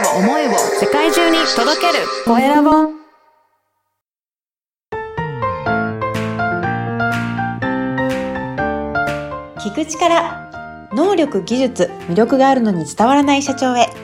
を思いを世界中に届けるコエラボ。 聞く力、能力、技術、魅力があるのに伝わらない社長へ。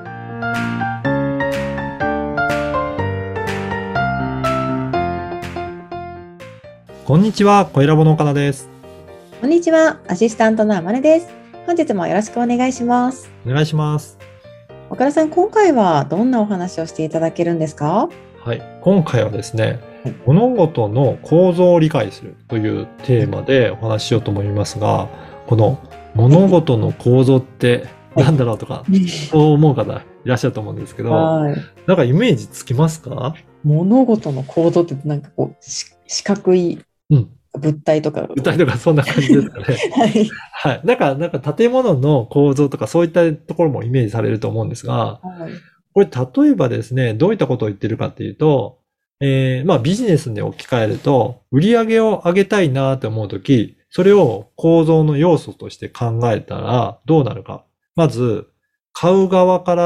こんにちは、コエラボの岡田です。 こんにちは、アシスタントの天音です。本日もよろしくお願いします。 お願いします。 岡田さん、今回はどんなお話をしていただけるんですか？ はい、今回はですね、物事の構造を理解するというテーマでお話ししようと思いますが、この物事の構造って何だろうとか、そう思う方いらっしゃると思うんですけど、なんかイメージつきますか？ 物事の構造ってなんかこう、四角い物体とか。 そんな感じですかね。 はい。 はい。なんか建物の構造とかそういったところもイメージされると思うんですが、これ例えばですね、どういったことを言ってるかっていうと、ビジネスに置き換えると、売り上げを上げたいなと思うとき、それを構造の要素として考えたらどうなるか。まず、買う側から、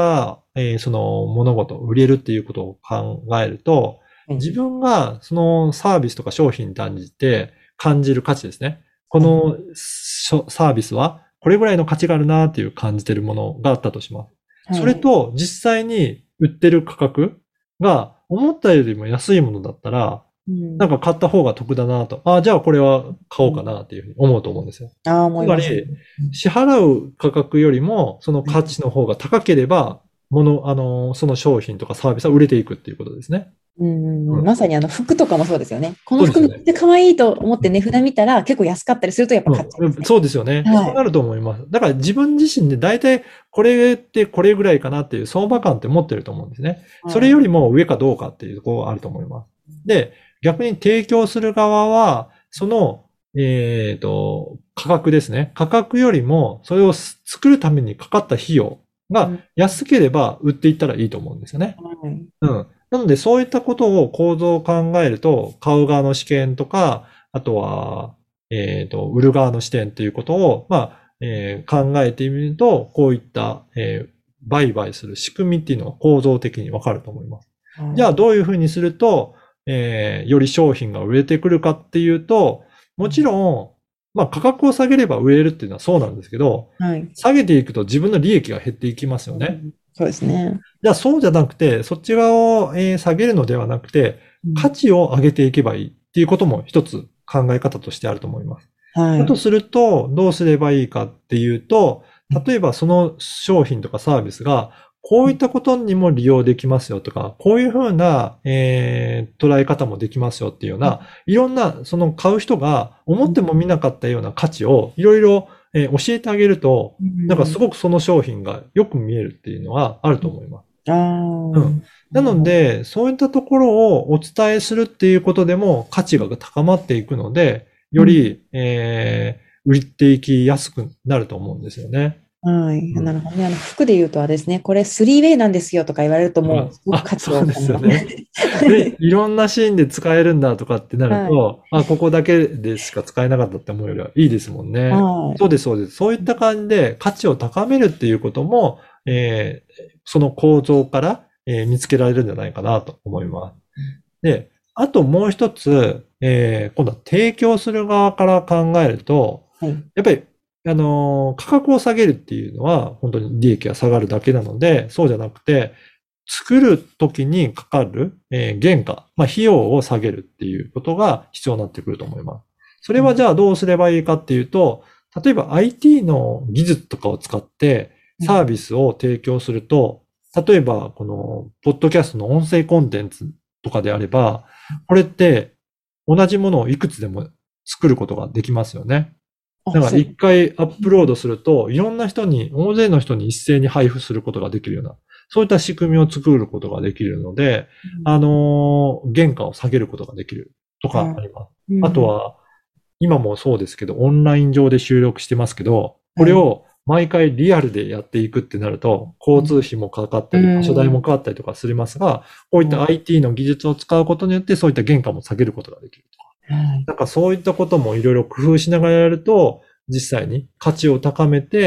その物事、売れるっていうことを考えると、自分がそのサービスとか商品に対して感じる価値ですね。このサービスはこれぐらいの価値があるなっていう感じてるものがあったとします。それと実際に売ってる価格が思ったよりも安いものだったら、なんか買った方が得だなと。じゃあこれは買おうかなっていうふうに思うと思うんですよ。つまり、支払う価格よりもその価値の方が高ければ、その商品とかサービスは売れていくっていうことですね。 まさに服とかもそうですよね。この服めっちゃ可愛いと思って値札見たら結構安かったりするとやっぱ買っちゃうんですね。 そうですよね。そうなると思います。だから自分自身で大体これってこれぐらいかなっていう相場感って持ってると思うんですね。それよりも上かどうかっていうところがあると思います。で、逆に提供する側は、その、価格ですね。価格よりもそれを作るためにかかった費用が安ければ売っていったらいいと思うんですよね。なので、そういったことを構造を考えると、買う側の視点とか、あとは、売る側の視点ということを、考えてみると、こういった、売買する仕組みっていうのが構造的にわかると思います。じゃあ、どういうふうにすると、より商品が売れてくるかっていうと、もちろん、価格を下げれば売れるっていうのはそうなんですけど、下げていくと自分の利益が減っていきますよね。 そうですね。 じゃあそうじゃなくて、そっち側を下げるのではなくて、価値を上げていけばいいっていうことも一つ考え方としてあると思います。だとすると、どうすればいいかっていうと、例えばその商品とかサービスが、こういったことにも利用できますよとか、こういうふうな、捉え方もできますよっていうような、いろんな、その買う人が思っても見なかったような価値をいろいろ教えてあげると、なんかすごくその商品がよく見えるっていうのはあると思います。なので、そういったところをお伝えするっていうことでも価値が高まっていくので、より、売っていきやすくなると思うんですよね。 なるほどね。服で言うとはですね、これ 3way なんですよとか言われるともうすごく価値を。 そうですよね。で、いろんなシーンで使えるんだとかってなると、ここだけでしか使えなかったって思うよりはいいですもんね。そうです、そうです。そういった感じで価値を高めるっていうことも、その構造から、見つけられるんじゃないかなと思います。で、あともう一つ、今度は提供する側から考えると、やっぱり価格を下げるっていうのは本当に利益が下がるだけなので、そうじゃなくて、作るときにかかる、原価、費用を下げるっていうことが必要になってくると思います。それはじゃあどうすればいいかっていうと、例えば IT の技術とかを使ってサービスを提供すると、例えばこのポッドキャストの音声コンテンツとかであれば、これって同じものをいくつでも作ることができますよね。だから一回アップロードすると、いろんな人に、大勢の人に一斉に配布することができるような、そういった仕組みを作ることができるので、原価を下げることができるとかあります。あとは、今もそうですけど、オンライン上で収録してますけど、これを毎回リアルでやっていくってなると、交通費もかかったり、場所代もかかったりとかするますが、こういった IT の技術を使うことによって、そういった原価も下げることができるとか。そういったこともいろいろ工夫しながらやると、実際に価値を高めて、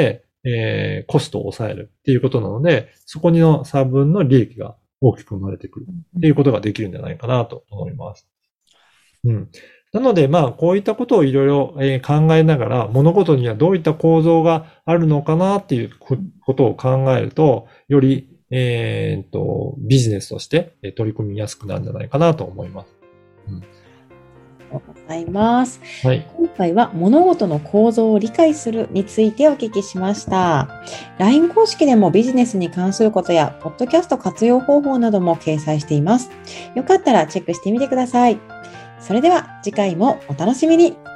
コストを抑えるっていうことなので、そこにの差分の利益が大きく生まれてくるっていうことができるんじゃないかなと思います。うん。なので、こういったことをいろいろ考えながら、物事にはどういった構造があるのかなっていうことを考えると、より、ビジネスとして取り組みやすくなるんじゃないかなと思います。 ありがとうございます。 はい。 今回は物事の構造を理解するについてお聞きしました。LINE 公式でもビジネスに関することや、ポッドキャスト活用方法なども掲載しています。よかったらチェックしてみてください。それでは次回もお楽しみに。